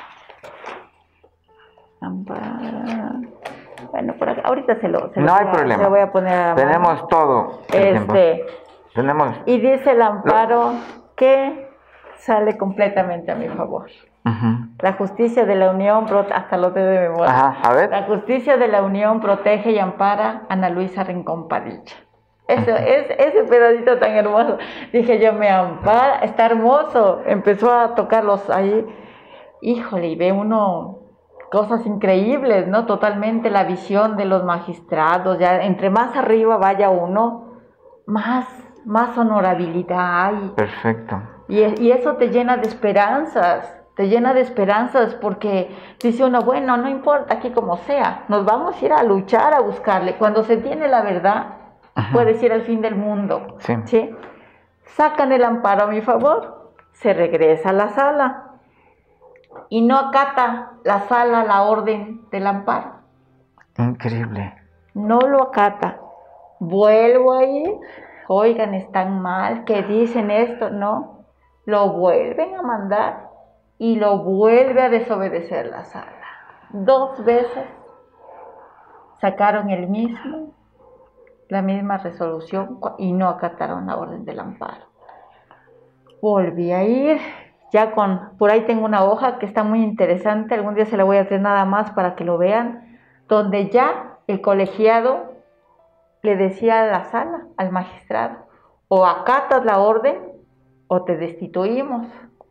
Amparo. Bueno, por acá, ahorita se lo, se no lo, hay voy, a, problema. se lo voy a poner a la Tenemos mano. todo. Este, Tenemos. Y dice el amparo lo... que sale completamente a mi favor. Uh-huh. La justicia de la Unión, hasta lo tengo de memoria. Ajá, a ver. La justicia de la Unión protege y ampara a Ana Luisa Rincón Padilla. Eso, es, ese pedacito tan hermoso. Dije yo, me ampara, está hermoso. Empezó a tocarlos ahí. Híjole, y ve uno cosas increíbles, ¿no? Totalmente la visión de los magistrados. Ya entre más arriba vaya uno, más, más honorabilidad hay. Perfecto. Y, y eso te llena de esperanzas. Te llena de esperanzas porque dice uno, bueno, no importa aquí como sea, nos vamos a ir a luchar, a buscarle. Cuando se tiene la verdad, ajá, puedes ir al fin del mundo. Sí. ¿Sí? Sacan el amparo a mi favor, se regresa a la sala y no acata la sala la orden del amparo. Increíble. No lo acata. Vuelvo a ir, oigan, están mal, que dicen esto, no, lo vuelven a mandar. Y lo vuelve a desobedecer la sala. Dos veces sacaron el mismo, la misma resolución y no acataron la orden del amparo. Volví a ir, ya con, por ahí tengo una hoja que está muy interesante, algún día se la voy a hacer nada más para que lo vean, donde ya el colegiado le decía a la sala, al magistrado, o acatas la orden o te destituimos.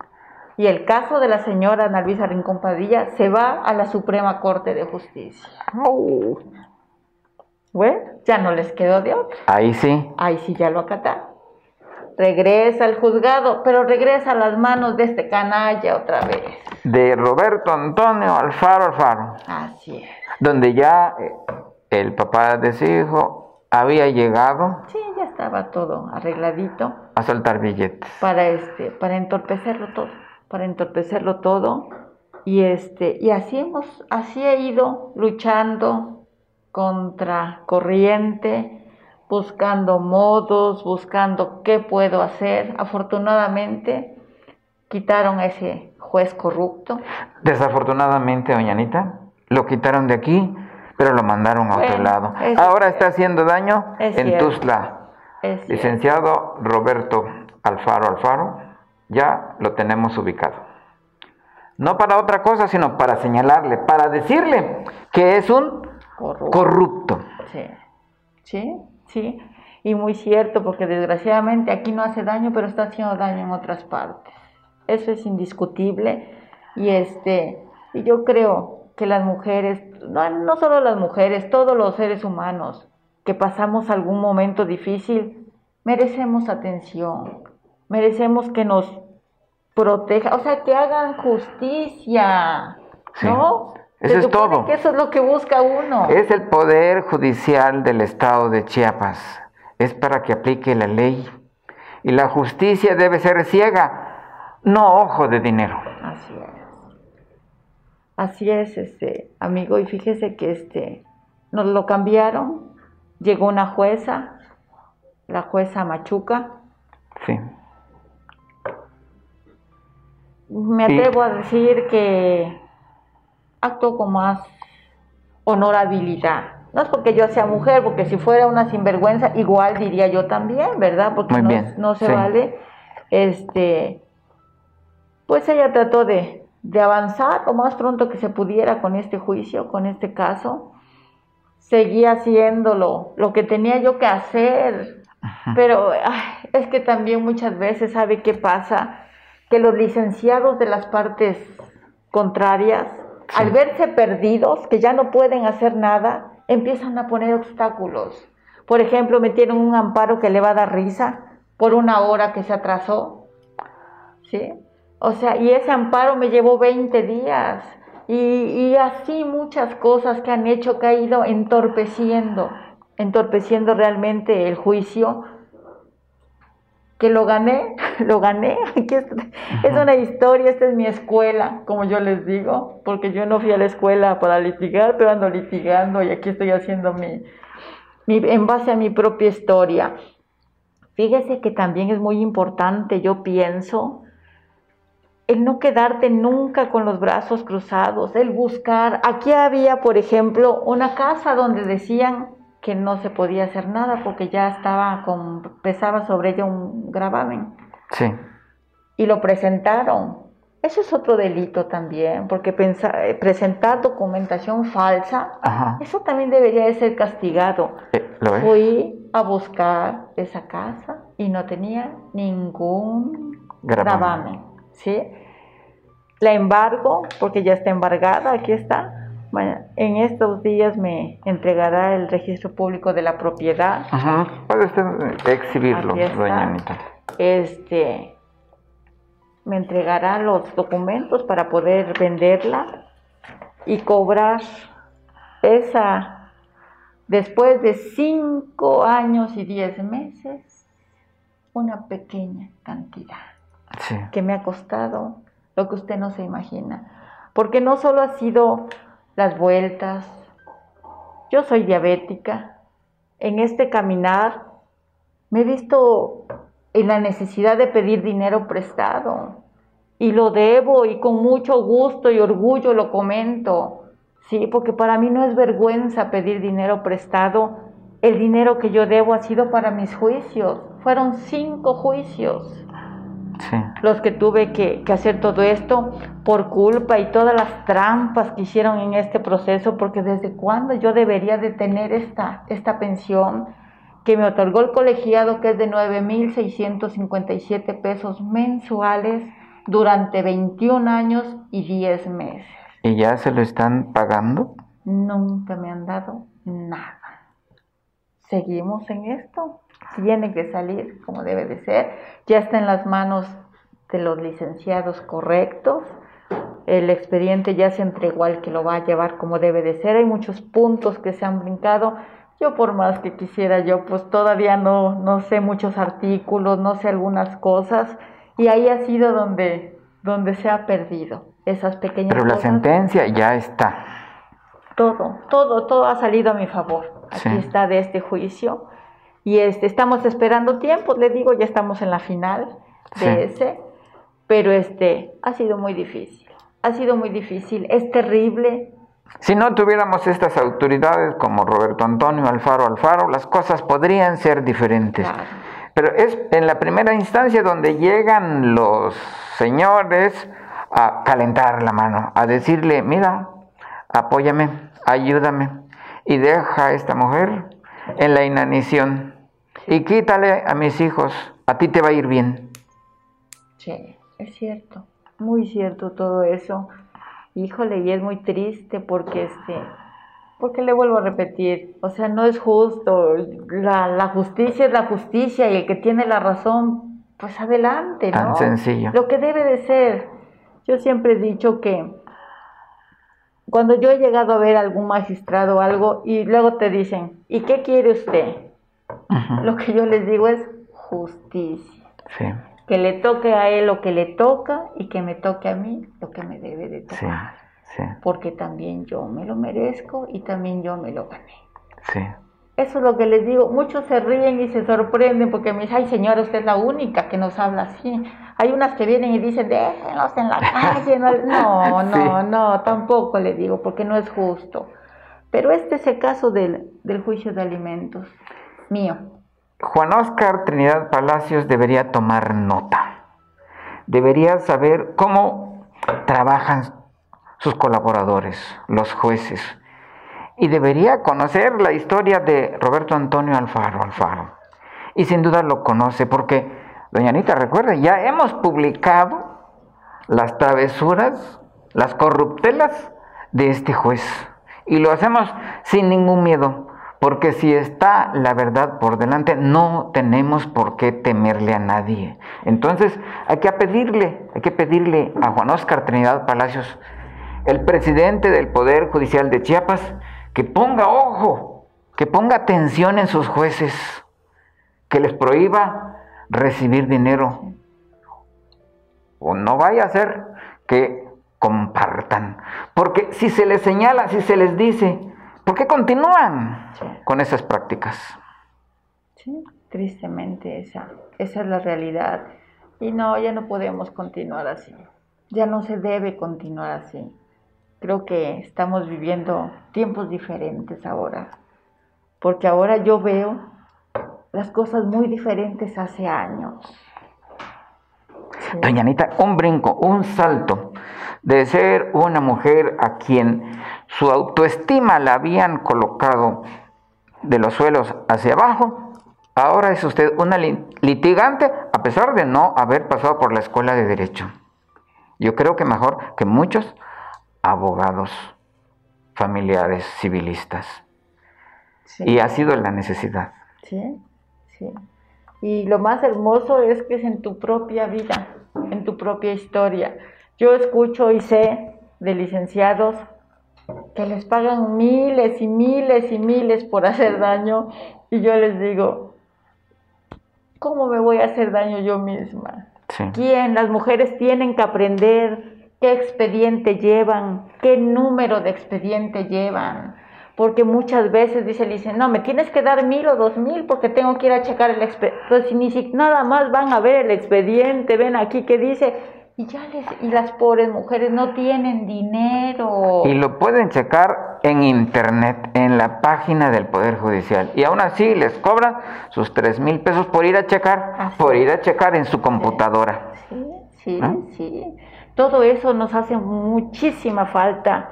y el caso de la señora Ana Luisa Rincón Padilla se va a la Suprema Corte de Justicia. Oh. Bueno, ya no les quedó de otra. Ahí sí. Ahí sí ya lo acataron. Regresa al juzgado, pero regresa a las manos de este canalla otra vez. De Roberto Antonio Alfaro Alfaro. Así es. Donde ya el papá de su hijo había llegado. Sí, ya estaba todo arregladito. A soltar billetes. Para este, para entorpecerlo todo, para entorpecerlo todo. Y este, y así hemos, así he ido luchando contra corriente, buscando modos, buscando qué puedo hacer. Afortunadamente quitaron a ese juez corrupto. Desafortunadamente, doña Anita, lo quitaron de aquí, pero lo mandaron a bueno, otro lado. Ahora está haciendo daño es en cierto. Tuzla. Es Licenciado Roberto Alfaro Alfaro, ya lo tenemos ubicado. No para otra cosa, sino para señalarle, para decirle que es un corrupto. corrupto. Sí, sí, sí. Y muy cierto, porque desgraciadamente aquí no hace daño, pero está haciendo daño en otras partes. Eso es indiscutible. Y este, y yo creo que las mujeres, no, no solo las mujeres, todos los seres humanos que pasamos algún momento difícil, merecemos atención, merecemos que nos proteja, o sea, que hagan justicia, sí. ¿no? Eso Se es todo. que eso es lo que busca uno. Es el Poder Judicial del Estado de Chiapas. Es para que aplique la ley. Y la justicia debe ser ciega, no ojo de dinero. Así es. Así es, este, amigo. Y fíjese que este, nos lo cambiaron. Llegó una jueza, la jueza Machuca. Sí. Me atrevo sí. a decir que actuó con más honorabilidad. No es porque yo sea mujer, porque si fuera una sinvergüenza, igual diría yo también, ¿verdad? Porque Muy no, bien. no se sí. vale. Este, pues ella trató de, de avanzar lo más pronto que se pudiera con este juicio, con este caso. Seguía haciéndolo, lo que tenía yo que hacer. Ajá. Pero ay, es que también muchas veces, ¿sabe qué pasa? Que los licenciados de las partes contrarias, sí. al verse perdidos, que ya no pueden hacer nada, empiezan a poner obstáculos. Por ejemplo, metieron un amparo que le va a dar risa por una hora que se atrasó, ¿sí? O sea, y ese amparo me llevó veinte días. Y, y así muchas cosas que han hecho, que ha ido entorpeciendo, entorpeciendo realmente el juicio. Que lo gané, lo gané. Aquí es, es una historia, esta es mi escuela, como yo les digo, porque yo no fui a la escuela para litigar, pero ando litigando y aquí estoy haciendo mi, mi, en base a mi propia historia. Fíjese que también es muy importante, yo pienso, el no quedarte nunca con los brazos cruzados, el buscar. Aquí había, por ejemplo, una casa donde decían que no se podía hacer nada porque ya estaba con, pesaba sobre ella un gravamen. Sí. Y lo presentaron. Eso es otro delito también, porque pensar, presentar documentación falsa, ajá. eso también debería de ser castigado. Eh, ¿lo es? Fui a buscar esa casa y no tenía ningún gravamen, gravamen ¿sí? La embargo, porque ya está embargada, aquí está. Bueno, en estos días me entregará el registro público de la propiedad. Ajá. Puede usted exhibirlo, doña Anita. Este, me entregará los documentos para poder venderla y cobrar esa, después de cinco años y diez meses, una pequeña cantidad sí. que me ha costado lo que usted no se imagina. Porque no solo ha sido las vueltas, yo soy diabética, en este caminar me he visto en la necesidad de pedir dinero prestado y lo debo y con mucho gusto y orgullo lo comento, sí, porque para mí no es vergüenza pedir dinero prestado. El dinero que yo debo ha sido para mis juicios, fueron cinco juicios. Sí. Los que tuve que, que hacer todo esto por culpa y todas las trampas que hicieron en este proceso, porque desde cuándo yo debería de tener esta, esta pensión que me otorgó el colegiado, que es de nueve mil seiscientos cincuenta y siete pesos mensuales, durante veintiún años y diez meses. ¿Y ya se lo están pagando? Nunca me han dado nada. Seguimos en esto. Tiene que salir como debe de ser. Ya está en las manos de los licenciados correctos. El expediente ya se entregó al que lo va a llevar como debe de ser. Hay muchos puntos que se han brincado. Yo por más que quisiera, yo pues todavía no, no sé muchos artículos, no sé algunas cosas. Y ahí ha sido donde, donde se ha perdido esas pequeñas Pero la cosas. sentencia ya está. Todo, todo, todo ha salido a mi favor. Aquí Sí. está de este juicio. Y este, estamos esperando tiempo, le digo, ya estamos en la final de Sí. ese. Pero este, ha sido muy difícil. Ha sido muy difícil, es terrible. Si no tuviéramos estas autoridades como Roberto Antonio Alfaro Alfaro, las cosas podrían ser diferentes. Claro. Pero es en la primera instancia donde llegan los señores a calentar la mano, a decirle, mira, apóyame, ayúdame, y deja a esta mujer en la inanición, y quítale a mis hijos, a ti te va a ir bien. Sí, es cierto, muy cierto todo eso. Híjole, y es muy triste porque este, porque le vuelvo a repetir, o sea, no es justo, la, la justicia es la justicia y el que tiene la razón, pues adelante, ¿no? Tan sencillo. Lo que debe de ser. Yo siempre he dicho que cuando yo he llegado a ver a algún magistrado o algo y luego te dicen, ¿y qué quiere usted? Uh-huh. Lo que yo les digo es justicia. Sí, Que le toque a él lo que le toca y que me toque a mí lo que me debe de sí, tocar. sí, Porque también yo me lo merezco y también yo me lo gané. sí. Eso es lo que les digo. Muchos se ríen y se sorprenden porque me dicen, ay señora, usted es la única que nos habla así. Hay unas que vienen y dicen, déjenlos en la calle. No, no, no, Sí. no, tampoco le digo porque no es justo. Pero este es el caso del, del juicio de alimentos mío. Juan Óscar Trinidad Palacios debería tomar nota. Debería saber cómo trabajan sus colaboradores, los jueces. Y debería conocer la historia de Roberto Antonio Alfaro Alfaro. Y sin duda lo conoce porque, doña Anita, recuerde, ya hemos publicado las travesuras, las corruptelas de este juez. Y lo hacemos sin ningún miedo. Porque si está la verdad por delante, no tenemos por qué temerle a nadie. Entonces, hay que pedirle, hay que pedirle a Juan Óscar Trinidad Palacios, el presidente del Poder Judicial de Chiapas, que ponga ojo, que ponga atención en sus jueces, que les prohíba recibir dinero. O no vaya a ser que compartan. Porque si se les señala, si se les dice, ¿por qué continúan Sí. con esas prácticas? Sí, tristemente esa, esa es la realidad. Y no, ya no podemos continuar así. Ya no se debe continuar así. Creo que estamos viviendo tiempos diferentes ahora. Porque ahora yo veo las cosas muy diferentes hace años. Sí. Doña Anita, un brinco, un salto de ser una mujer a quien su autoestima la habían colocado de los suelos hacia abajo, ahora es usted una litigante a pesar de no haber pasado por la escuela de Derecho. Yo creo que mejor que muchos abogados, familiares, civilistas. Sí. Y ha sido la necesidad. Sí, sí. Y lo más hermoso es que es en tu propia vida, en tu propia historia. Yo escucho y sé de licenciados que les pagan miles y miles y miles por hacer daño y yo les digo, ¿cómo me voy a hacer daño yo misma? Sí. ¿Quién? Las mujeres tienen que aprender qué expediente llevan, qué número de expediente llevan, porque muchas veces dicen, dicen, no, me tienes que dar mil o dos mil porque tengo que ir a checar el expediente. Pues ni si nada más van a ver el expediente, ven aquí que dice. Y ya les, y las pobres mujeres no tienen dinero. Y lo pueden checar en internet, en la página del Poder Judicial. Y aún así les cobran sus tres mil pesos por ir a checar, Así por es. ir a checar en su computadora. Sí, sí, ¿Ah? sí. Todo eso nos hace muchísima falta. Que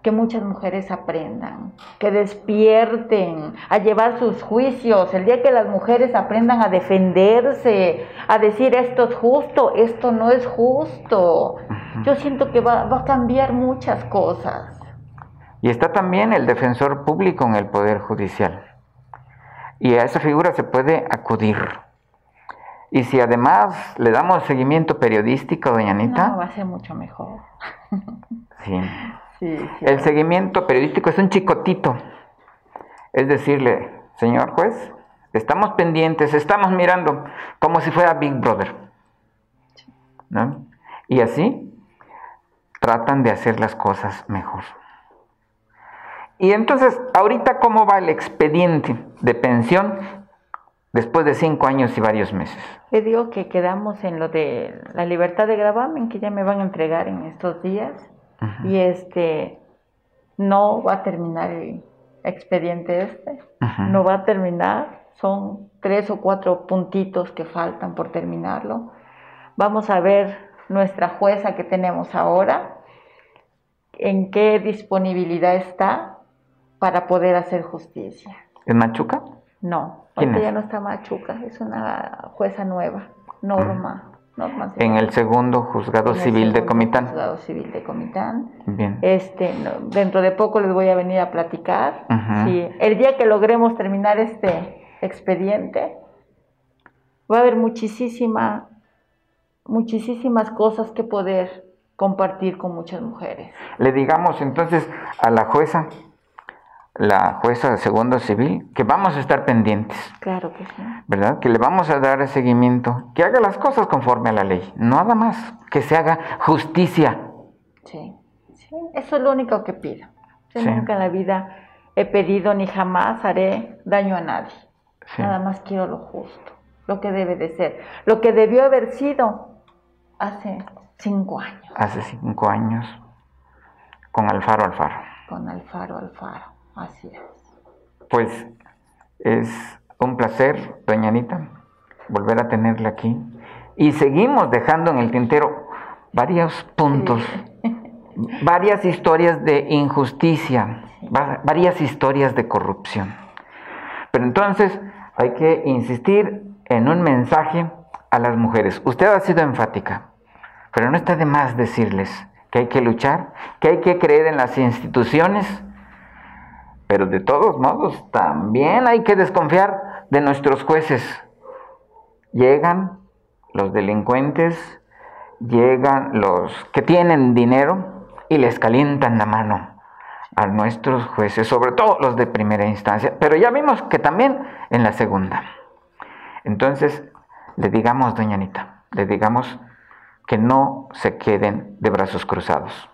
que muchas mujeres aprendan, que despierten a llevar sus juicios. El día que las mujeres aprendan a defenderse, a decir esto es justo, esto no es justo, yo siento que va, va a cambiar muchas cosas. Y está también el defensor público en el Poder Judicial. Y a esa figura se puede acudir. Y si además le damos seguimiento periodístico, doña Anita... No, va a ser mucho mejor. Sí. Sí, sí. El seguimiento periodístico es un chicotito. Es decirle, señor juez, estamos pendientes, estamos mirando, como si fuera Big Brother, ¿no? Y así tratan de hacer las cosas mejor. Y entonces, ahorita, ¿cómo va el expediente de pensión después de cinco años y varios meses? Le digo que quedamos en lo de la libertad de gravamen, que ya me van a entregar en estos días. Uh-huh. Y este, no va a terminar el expediente este, uh-huh. no va a terminar, son tres o cuatro puntitos que faltan por terminarlo. Vamos a ver nuestra jueza que tenemos ahora, en qué disponibilidad está para poder hacer justicia. ¿Es Machuca? No, ahorita ya no está Machuca, es una jueza nueva, Norma. Uh-huh. Norma en el segundo juzgado en civil el de Comitán. Juzgado civil de Comitán. Bien. Este, no, dentro de poco les voy a venir a platicar. Uh-huh. Sí, el día que logremos terminar este expediente, va a haber muchísima, muchísimas cosas que poder compartir con muchas mujeres. Le digamos entonces a la jueza, la jueza de segundo civil, que vamos a estar pendientes. Claro que sí. ¿Verdad? Que le vamos a dar seguimiento, que haga las cosas conforme a la ley, nada más, que se haga justicia. Sí, sí, eso es lo único que pido. Yo sí. nunca en la vida he pedido ni jamás haré daño a nadie. Sí. Nada más quiero lo justo, lo que debe de ser, lo que debió haber sido hace cinco años. Hace cinco años, con Alfaro Alfaro. Con Alfaro Alfaro. Así es. Pues es un placer, doña Anita, volver a tenerla aquí. Y seguimos dejando en el tintero varios puntos, sí. varias historias de injusticia, sí. varias historias de corrupción. Pero entonces hay que insistir en un mensaje a las mujeres. Usted ha sido enfática, pero no está de más decirles que hay que luchar, que hay que creer en las instituciones. Pero de todos modos, también hay que desconfiar de nuestros jueces. Llegan los delincuentes, llegan los que tienen dinero y les calientan la mano a nuestros jueces, sobre todo los de primera instancia, pero ya vimos que también en la segunda. Entonces, le digamos, doña Anita, le digamos que no se queden de brazos cruzados.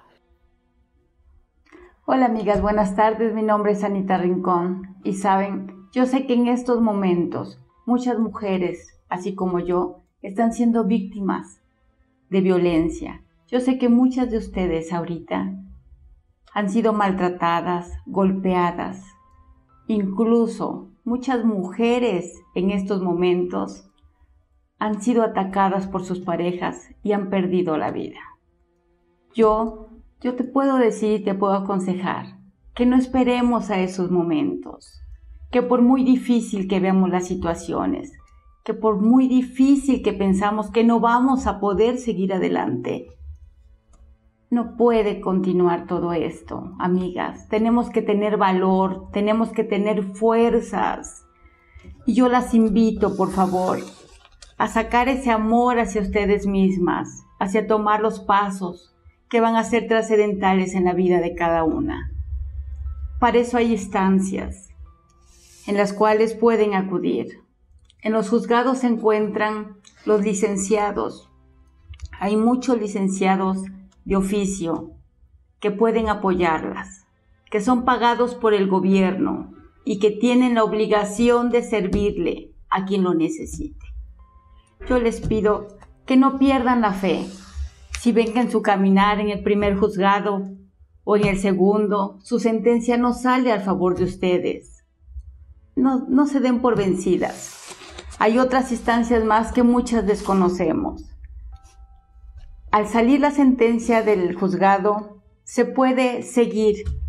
Hola amigas, buenas tardes, mi nombre es Anita Rincón y saben, yo sé que en estos momentos muchas mujeres, así como yo, están siendo víctimas de violencia. Yo sé que muchas de ustedes ahorita han sido maltratadas, golpeadas, incluso muchas mujeres en estos momentos han sido atacadas por sus parejas y han perdido la vida. Yo Yo te puedo decir y te puedo aconsejar que no esperemos a esos momentos, que por muy difícil que veamos las situaciones, que por muy difícil que pensamos que no vamos a poder seguir adelante, no puede continuar todo esto, amigas. Tenemos que tener valor, tenemos que tener fuerzas. Y yo las invito, por favor, a sacar ese amor hacia ustedes mismas, hacia tomar los pasos que van a ser trascendentales en la vida de cada una. Para eso hay instancias en las cuales pueden acudir. En los juzgados se encuentran los licenciados. Hay muchos licenciados de oficio que pueden apoyarlas, que son pagados por el gobierno y que tienen la obligación de servirle a quien lo necesite. Yo les pido que no pierdan la fe. Si ven que en su caminar en el primer juzgado o en el segundo, su sentencia no sale a favor de ustedes, no, no se den por vencidas. Hay otras instancias más que muchas desconocemos. Al salir la sentencia del juzgado, se puede seguir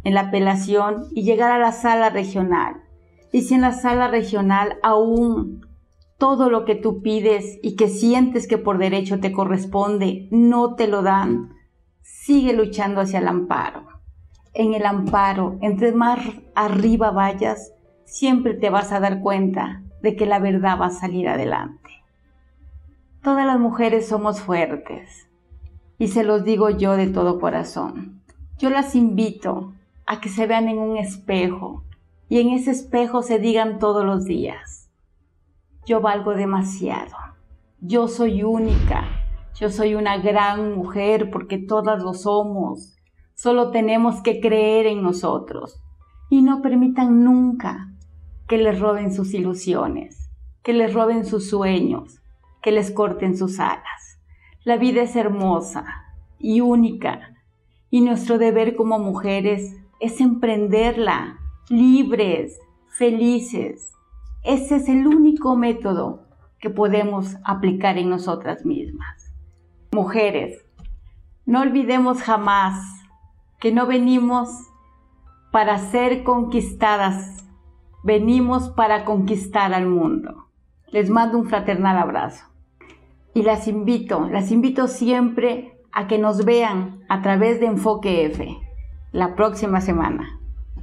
en la apelación y llegar a la sala regional. Y si en la sala regional aún todo lo que tú pides y que sientes que por derecho te corresponde no te lo dan, sigue luchando hacia el amparo. En el amparo, entre más arriba vayas, siempre te vas a dar cuenta de que la verdad va a salir adelante. Todas las mujeres somos fuertes y se los digo yo de todo corazón. Yo las invito a que se vean en un espejo y en ese espejo se digan todos los días: yo valgo demasiado, yo soy única, yo soy una gran mujer porque todas lo somos. Solo tenemos que creer en nosotros y no permitan nunca que les roben sus ilusiones, que les roben sus sueños, que les corten sus alas. La vida es hermosa y única y nuestro deber como mujeres es emprenderla libres, felices. Ese es el único método que podemos aplicar en nosotras mismas. Mujeres, no olvidemos jamás que no venimos para ser conquistadas, venimos para conquistar al mundo. Les mando un fraternal abrazo y las invito, las invito siempre a que nos vean a través de Enfoque F la próxima semana.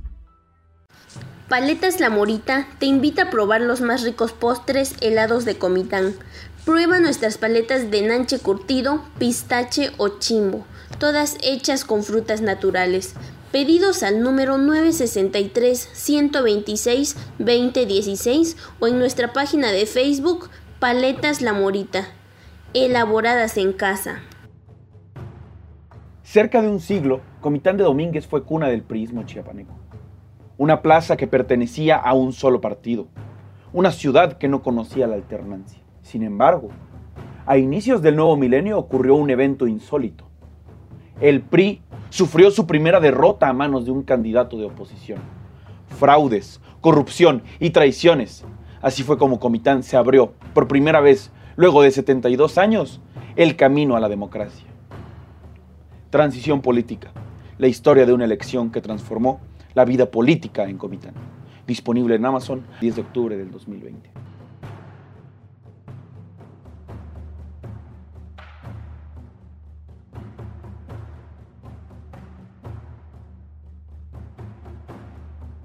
Paletas La Morita te invita a probar los más ricos postres helados de Comitán. Prueba nuestras paletas de nanche curtido, pistache o chimbo, todas hechas con frutas naturales. Pedidos al número nueve sesenta y tres, ciento veintiséis, veinte dieciséis o en nuestra página de Facebook Paletas La Morita, elaboradas en casa. Cerca de un siglo, Comitán de Domínguez fue cuna del priismo chiapaneco. Una plaza que pertenecía a un solo partido, una ciudad que no conocía la alternancia. Sin embargo, a inicios del nuevo milenio ocurrió un evento insólito. El P R I sufrió su primera derrota a manos de un candidato de oposición. Fraudes, corrupción y traiciones. Así fue como Comitán se abrió, por primera vez, luego de setenta y dos años, el camino a la democracia. Transición política, la historia de una elección que transformó la vida política en Comitán. Disponible en Amazon, diez de octubre del dos mil veinte.